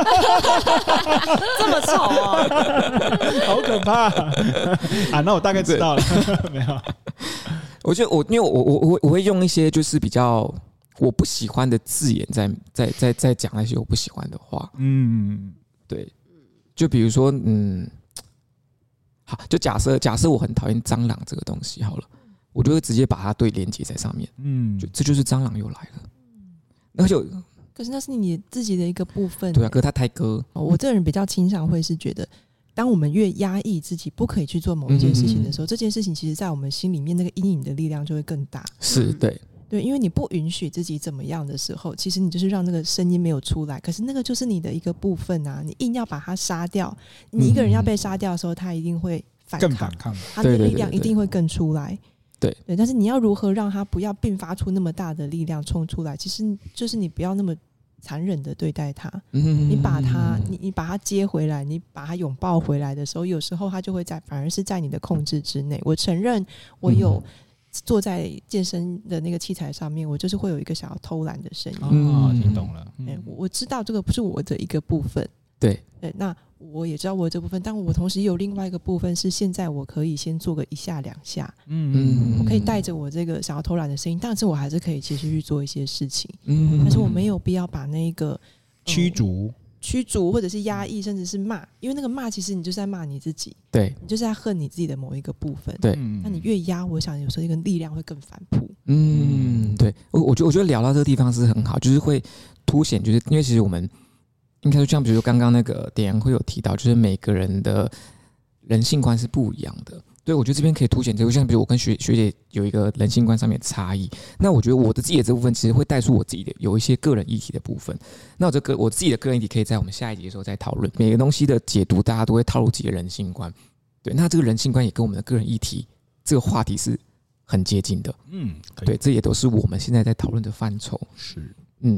[SPEAKER 4] 这么丑哦，
[SPEAKER 2] 好可怕啊！那我大概知道了，没有，
[SPEAKER 3] 我觉得我因为我我我我会用一些就是比较。我不喜欢的字眼在在在在讲那些我不喜欢的话，嗯，对，就比如说，嗯，好，就假设假设我很讨厌蟑螂这个东西好了，我就会直接把它对连接在上面，嗯，就这就是蟑螂又来了，那就
[SPEAKER 5] 可是那是你自己的一个部分，
[SPEAKER 3] 对啊，可是他太割，
[SPEAKER 5] 我这个人比较倾向会是觉得。当我们越压抑自己不可以去做某一件事情的时候，嗯嗯嗯这件事情其实在我们心里面那个阴影的力量就会更大。
[SPEAKER 3] 是，对。
[SPEAKER 5] 对，因为你不允许自己怎么样的时候，其实你就是让那个声音没有出来，可是那个就是你的一个部分啊，你硬要把它杀掉，你一个人要被杀掉的时候，他一定会反抗，
[SPEAKER 2] 更反抗，
[SPEAKER 5] 他的力量一定会更出来。
[SPEAKER 3] 对
[SPEAKER 5] 对，但是你要如何让他不要并发出那么大的力量冲出来？其实就是你不要那么残忍的对待他，你把他你你把他接回来，你把他拥抱回来的时候，有时候他就会在反而是在你的控制之内。我承认我有。坐在健身的那个器材上面，我就是会有一个想要偷懒的声音。
[SPEAKER 2] 哦，听懂了。
[SPEAKER 5] 嗯，我知道这个不是我的一个部分。
[SPEAKER 3] 对
[SPEAKER 5] 对，那我也知道我的这部分，但我同时也有另外一个部分是现在我可以先做个一下两下。嗯嗯，我可以带着我这个想要偷懒的声音，但是我还是可以其实去做一些事情。嗯，但是我没有必要把那个
[SPEAKER 2] 驱逐。嗯
[SPEAKER 5] 驱逐或者是压抑，甚至是骂，因为那个骂其实你就是在骂你自己，
[SPEAKER 3] 对，
[SPEAKER 5] 你就是在恨你自己的某一个部分，
[SPEAKER 3] 对。
[SPEAKER 5] 那你越压，我想有时候一个力量会更反扑。
[SPEAKER 3] 嗯，对，我我觉得我觉得聊到这个地方是很好，就是会凸显，就是因为其实我们应该说像比如说刚刚那个点会有提到，就是每个人的人性观是不一样的。对，我觉得这边可以凸显这个，像比如我跟学学姐有一个人性观上面的差异，那我觉得我的自己的这部分其实会带出我自己的有一些个人议题的部分。那我这个我自己的个人议题可以在我们下一集的时候再讨论。每个东西的解读，大家都会套入自己的人性观。对，那这个人性观也跟我们的个人议题这个话题是很接近的。嗯，对，这也都是我们现在在讨论的范畴。
[SPEAKER 2] 是，
[SPEAKER 3] 嗯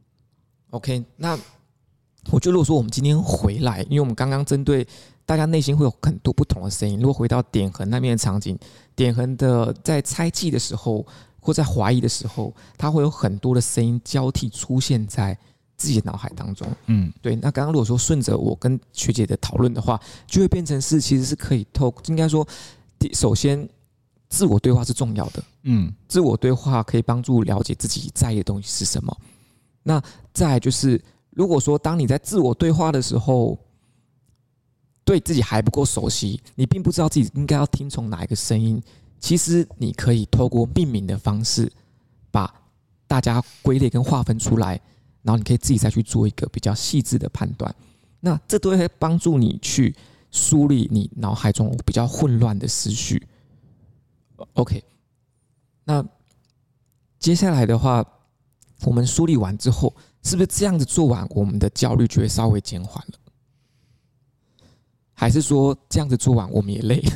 [SPEAKER 3] ，OK， 那我觉得如果说我们今天回来，因为我们刚刚针对。大家内心会有很多不同的声音。如果回到点恒那边的场景，点恒的在猜忌的时候，或在怀疑的时候，他会有很多的声音交替出现在自己的脑海当中。
[SPEAKER 2] 嗯，
[SPEAKER 3] 对。那刚刚如果说顺着我跟学姐的讨论的话，就会变成是其实是可以透，应该说，首先自我对话是重要的。
[SPEAKER 2] 嗯，
[SPEAKER 3] 自我对话可以帮助了解自己在意的东西是什么。那再来就是，如果说当你在自我对话的时候，对自己还不够熟悉，你并不知道自己应该要听从哪一个声音，其实你可以透过命名的方式，把大家归类跟划分出来，然后你可以自己再去做一个比较细致的判断。那这都会帮助你去梳理你脑海中比较混乱的思绪。OK， 那接下来的话，我们梳理完之后，是不是这样子做完，我们的焦虑就会稍微减缓了？还是说这样子做完我们也累了？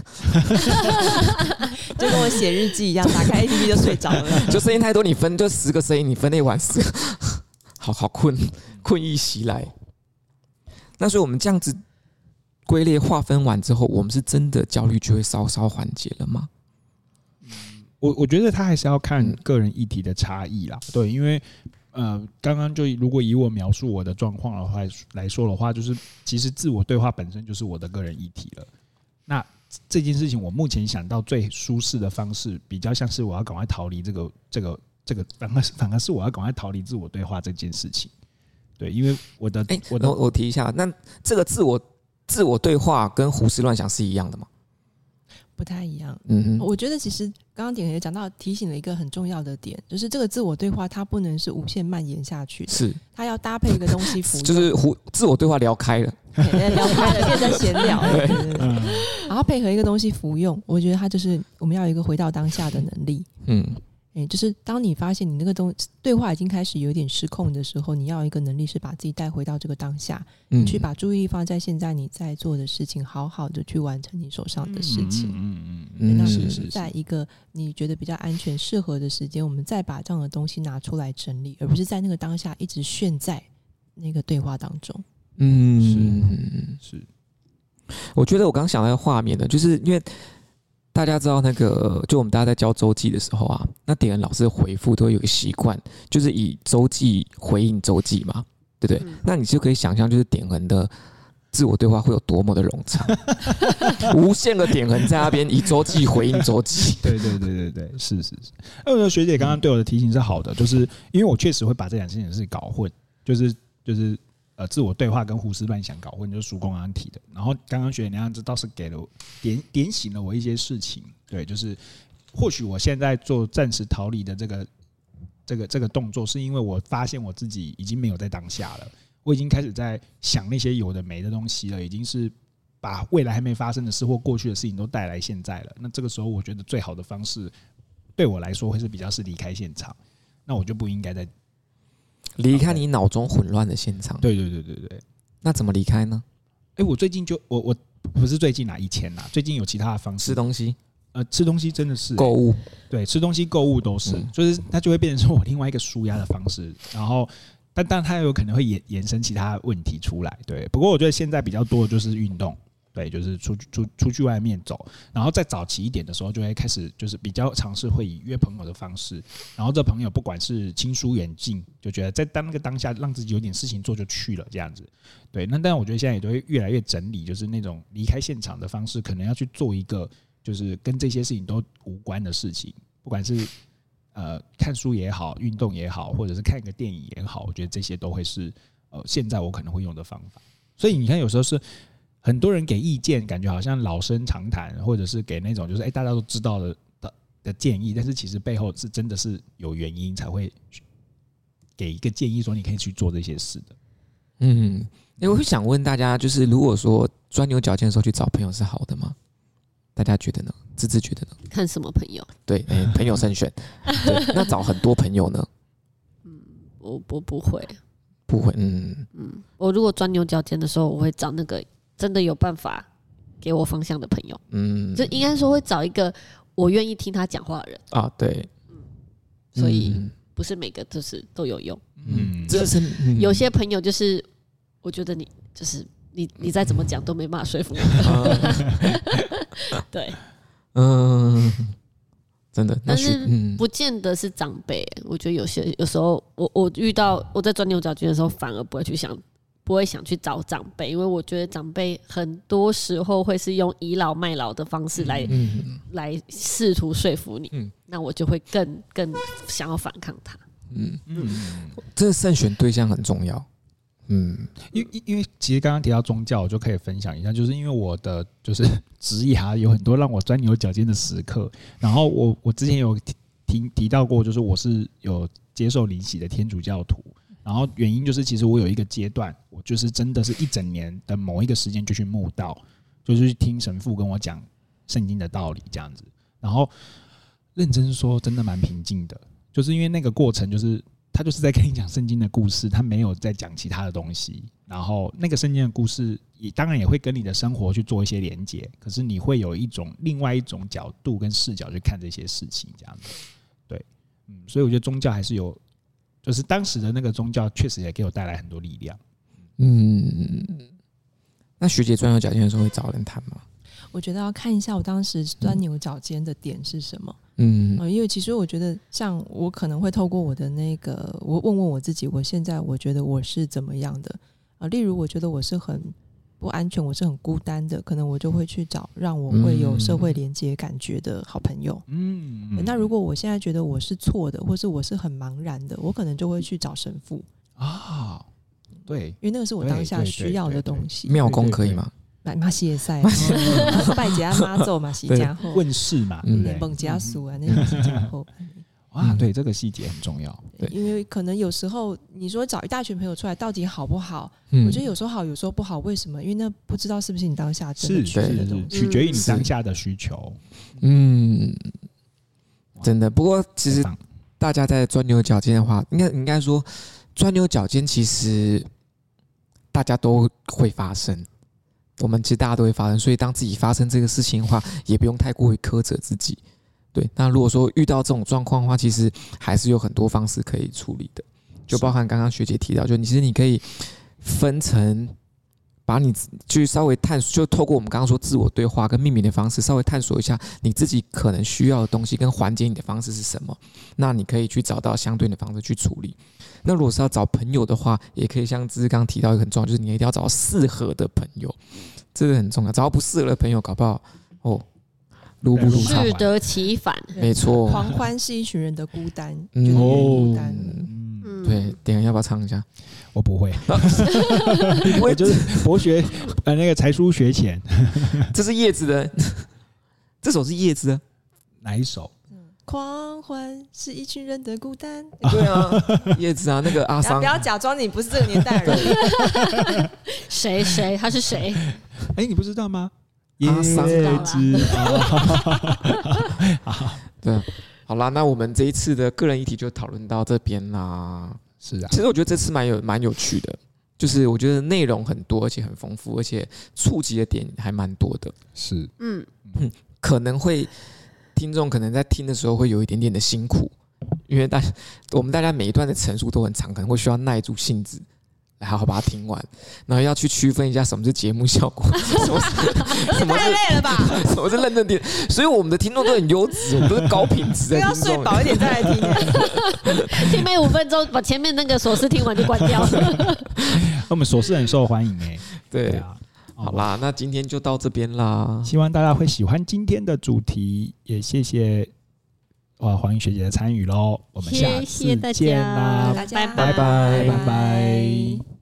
[SPEAKER 5] 就跟我写日记一样，打开 A P P 就睡着了。
[SPEAKER 3] 就声音太多，你分就十个声音，你分类完十个，好好困，困意袭来。那所以我们这样子归类划分完之后，我们是真的焦虑就会稍稍缓解了吗？
[SPEAKER 2] 我我觉得他还是要看个人议题的差异啦。对，因为呃，刚刚就如果以我描述我的状况的话来说的话，就是其实自我对话本身就是我的个人议题了。那这件事情，我目前想到最舒适的方式，比较像是我要赶快逃离这个这个这个，反而反而是我要赶快逃离自我对话这件事情。对，因为我的、欸、我的
[SPEAKER 3] 我提一下，那这个自我自我对话跟胡思乱想是一样的吗？
[SPEAKER 5] 不太一样。
[SPEAKER 3] 嗯，
[SPEAKER 5] 我觉得其实刚刚点也讲到，提醒了一个很重要的点，就是这个自我对话它不能是无限蔓延下去的，
[SPEAKER 3] 是
[SPEAKER 5] 它要搭配一个东西服用，
[SPEAKER 3] 就是胡自我对话聊开了，
[SPEAKER 5] 聊开了变成闲聊了，对对对，
[SPEAKER 2] 嗯，
[SPEAKER 5] 然后配合一个东西服用，我觉得它就是我们要有一个回到当下的能力。
[SPEAKER 3] 嗯。
[SPEAKER 5] 欸、就是当你发现你那个东对话已经开始有点失控的时候，你要有一个能力是把自己带回到这个当下，嗯、去把注意力放在现在你在做的事情，好好的去完成你手上的事情。
[SPEAKER 2] 嗯嗯嗯，
[SPEAKER 5] 那你在一个你觉得比较安全、适合的时间，我们再把这样的东西拿出来整理，而不是在那个当下一直陷在那个对话当中。
[SPEAKER 3] 嗯，
[SPEAKER 2] 是是。
[SPEAKER 3] 我觉得我刚想到一个画面的，就是因为。大家知道那个，就我们大家在教周记的时候啊，那点恩老师的回复都会有一个习惯，就是以周记回应周记嘛，对不对？嗯、那你就可以想象，就是点恩的自我对话会有多么的冗长，无限个点恩在那边以周记回应周记。
[SPEAKER 2] 对对对对对，是是是。那我觉得学姐刚刚对我的提醒是好的，就是因为我确实会把这两件事情搞混，就是就是。呃，自我对话跟胡思乱想搞混，就是叔公刚刚提的。然后刚刚学姐那样子倒是给了我点点醒了我一些事情，对，就是或许我现在做暂时逃离的这个这个这个动作，是因为我发现我自己已经没有在当下了，我已经开始在想那些有的没的东西了，已经是把未来还没发生的事或过去的事情都带来现在了。那这个时候，我觉得最好的方式对我来说会是比较是离开现场，那我就不应该再。
[SPEAKER 3] 离开你脑中混乱的现场。
[SPEAKER 2] 对对对对对。
[SPEAKER 3] 那怎么离开呢？
[SPEAKER 2] 哎、欸，我最近就我我不是最近啦，以前啦，最近有其他的方式。
[SPEAKER 3] 吃东西，
[SPEAKER 2] 呃，吃东西真的是
[SPEAKER 3] 购物，
[SPEAKER 2] 对，吃东西购物都是，嗯、就是它就会变成说我另外一个抒压的方式。然后，但但它有可能会延延伸其他问题出来。对，不过我觉得现在比较多的就是运动。对，就是出出出去外面走，然后再早期一点的时候，就会开始就是比较尝试会以约朋友的方式，然后这朋友不管是亲疏远近，就觉得在当那个当下让自己有点事情做就去了这样子。对，那但我觉得现在也都会越来越整理，就是那种离开现场的方式，可能要去做一个就是跟这些事情都无关的事情，不管是呃看书也好，运动也好，或者是看个电影也好，我觉得这些都会是呃现在我可能会用的方法。所以你看，有时候是。很多人给意见，感觉好像老生常谈，或者是给那种就是哎、欸、大家都知道 的, 的, 的建议，但是其实背后是真的是有原因才会给一个建议，说你可以去做这些事的。
[SPEAKER 3] 嗯，欸、我会想问大家，就是如果说钻牛角尖的时候去找朋友是好的吗？大家觉得呢？芝芝觉得呢？
[SPEAKER 4] 看什么朋友？
[SPEAKER 3] 对，欸、朋友慎选。对，那找很多朋友呢？
[SPEAKER 4] 嗯，我我不会，
[SPEAKER 3] 不会。嗯
[SPEAKER 4] 嗯，我如果钻牛角尖的时候，我会找那个。真的有办法给我方向的朋友，嗯，就应该说会找一个我愿意听他讲话的人
[SPEAKER 3] 啊，对，
[SPEAKER 4] 嗯，所以不是每个就是都有用，
[SPEAKER 3] 嗯，这是、
[SPEAKER 4] 嗯、有些朋友就是我觉得你就是你你再怎么讲都没办法说服我，对，
[SPEAKER 3] 嗯， 真的。那
[SPEAKER 4] 但是
[SPEAKER 3] 嗯，
[SPEAKER 4] 不见得是长辈、我觉得有些有时候我我遇到我在钻牛角尖的时候，反而不会去想，不会想去找长辈，因为我觉得长辈很多时候会是用倚老卖老的方式来、嗯、来试图说服你，嗯、那我就会更更想要反抗他。
[SPEAKER 3] 嗯嗯，这慎选对象很重要。嗯，
[SPEAKER 2] 因为因为其实刚刚提到宗教，我就可以分享一下，就是因为我的就是职涯有很多让我钻牛角尖的时刻，然后我我之前有提提到过，就是我是有接受灵洗的天主教徒，然后原因就是其实我有一个阶段，我就是真的是一整年的某一个时间就去慕道，就是去听神父跟我讲圣经的道理这样子，然后认真说真的蛮平静的，就是因为那个过程就是他就是在跟你讲圣经的故事，他没有在讲其他的东西。然后那个圣经的故事也当然也会跟你的生活去做一些连结，可是你会有一种另外一种角度跟视角去看这些事情，这样子。对，嗯，所以我觉得宗教还是有，就是当时的那个宗教确实也给我带来很多力量。
[SPEAKER 3] 嗯，那学姐钻牛角尖的时候会找人谈吗？
[SPEAKER 5] 我觉得要看一下我当时钻牛角尖的点是什么。
[SPEAKER 3] 嗯、
[SPEAKER 5] 呃，因为其实我觉得，像我可能会透过我的那个，我问问我自己，我现在我觉得我是怎么样的啊、呃？例如，我觉得我是很不安全，我是很孤单的，可能我就会去找让我会有社会连接感觉的好朋友。嗯，嗯那如果我现在觉得我是错的，或是我是很茫然的，我可能就会去找神父
[SPEAKER 2] 啊。对，
[SPEAKER 5] 因为那个是我当下需要的东西。
[SPEAKER 3] 庙公可以吗？
[SPEAKER 5] 马西赛，拜节妈祖嘛，西家后
[SPEAKER 2] 问世嘛，对不对？
[SPEAKER 5] 蹦家属啊，那种西家后。
[SPEAKER 2] 哇，对，这个细节很重要。
[SPEAKER 5] 对，因为可能有时候你说找一大群朋友出来，到底好不好？嗯、我觉得有时候好，有时候不好。为什么？因为那不知道是不是你当下真的需要的东西，
[SPEAKER 2] 取决于你当下的需求。
[SPEAKER 3] 嗯，真的。不过其实大家在钻牛角尖的话，应该应该说钻牛角尖，其实大家都会发生。我们其实大家都会发生，所以当自己发生这个事情的话，也不用太过于苛责自己。对，那如果说遇到这种状况的话，其实还是有很多方式可以处理的，就包含刚刚学姐提到，就其实你可以分成，把你去稍微探索，就透过我们刚刚说自我对话跟命名的方式，稍微探索一下你自己可能需要的东西跟缓解你的方式是什么，那你可以去找到相对的方式去处理。那如果是要找朋友的话，也可以像芝芝刚刚提到一个很重要，就是你一定要找到适合的朋友，这个很重要。找到不适合的朋友，搞不好哦，路不如草，
[SPEAKER 4] 适得其反。
[SPEAKER 3] 没错，
[SPEAKER 5] 狂欢是一群人的孤单，
[SPEAKER 3] 嗯、
[SPEAKER 5] 就是孤单。
[SPEAKER 3] 嗯，对，点要不要唱一下？
[SPEAKER 2] 我不会，我就是博学呃那个才疏学浅。
[SPEAKER 3] 这是叶子的，这首是叶子的
[SPEAKER 2] 哪一首？
[SPEAKER 5] 狂欢是一群人的孤单。
[SPEAKER 3] 对啊，叶子啊，那个阿桑，
[SPEAKER 5] 不要假装你不是这个年代人。
[SPEAKER 4] 谁谁他是谁？
[SPEAKER 2] 哎、欸，你不知道吗？
[SPEAKER 3] 阿桑
[SPEAKER 2] 叶子。
[SPEAKER 3] 对，好啦，那我们这一次的个人议题就讨论到这边啦。
[SPEAKER 2] 是啊，
[SPEAKER 3] 其实我觉得这次蛮有蛮有趣的，就是我觉得内容很多，而且很丰富，而且触及的点还蛮多的。
[SPEAKER 2] 是，
[SPEAKER 3] 嗯，可能会。听众可能在听的时候会有一点点的辛苦，因为大我们大家每一段的陈述都很长，可能会需要耐住性子来好好把它听完，然后要去区分一下什么是节目效果，什么是什么是
[SPEAKER 5] 太累了吧？
[SPEAKER 3] 什么是认真听？所以我们的听众都很优质，我们都是高品质的听众。
[SPEAKER 5] 要睡饱一点再来听，
[SPEAKER 4] 听没五分钟，把前面那个琐事听完就关掉了。
[SPEAKER 2] 我们琐事很受欢迎哎、欸，
[SPEAKER 3] 对啊。好啦，那今天就到这边啦。
[SPEAKER 2] 希望大家会喜欢今天的主题，也谢谢哇黄英学姐的参与喽。我们下次见啦，
[SPEAKER 5] 大家
[SPEAKER 2] 拜拜拜拜。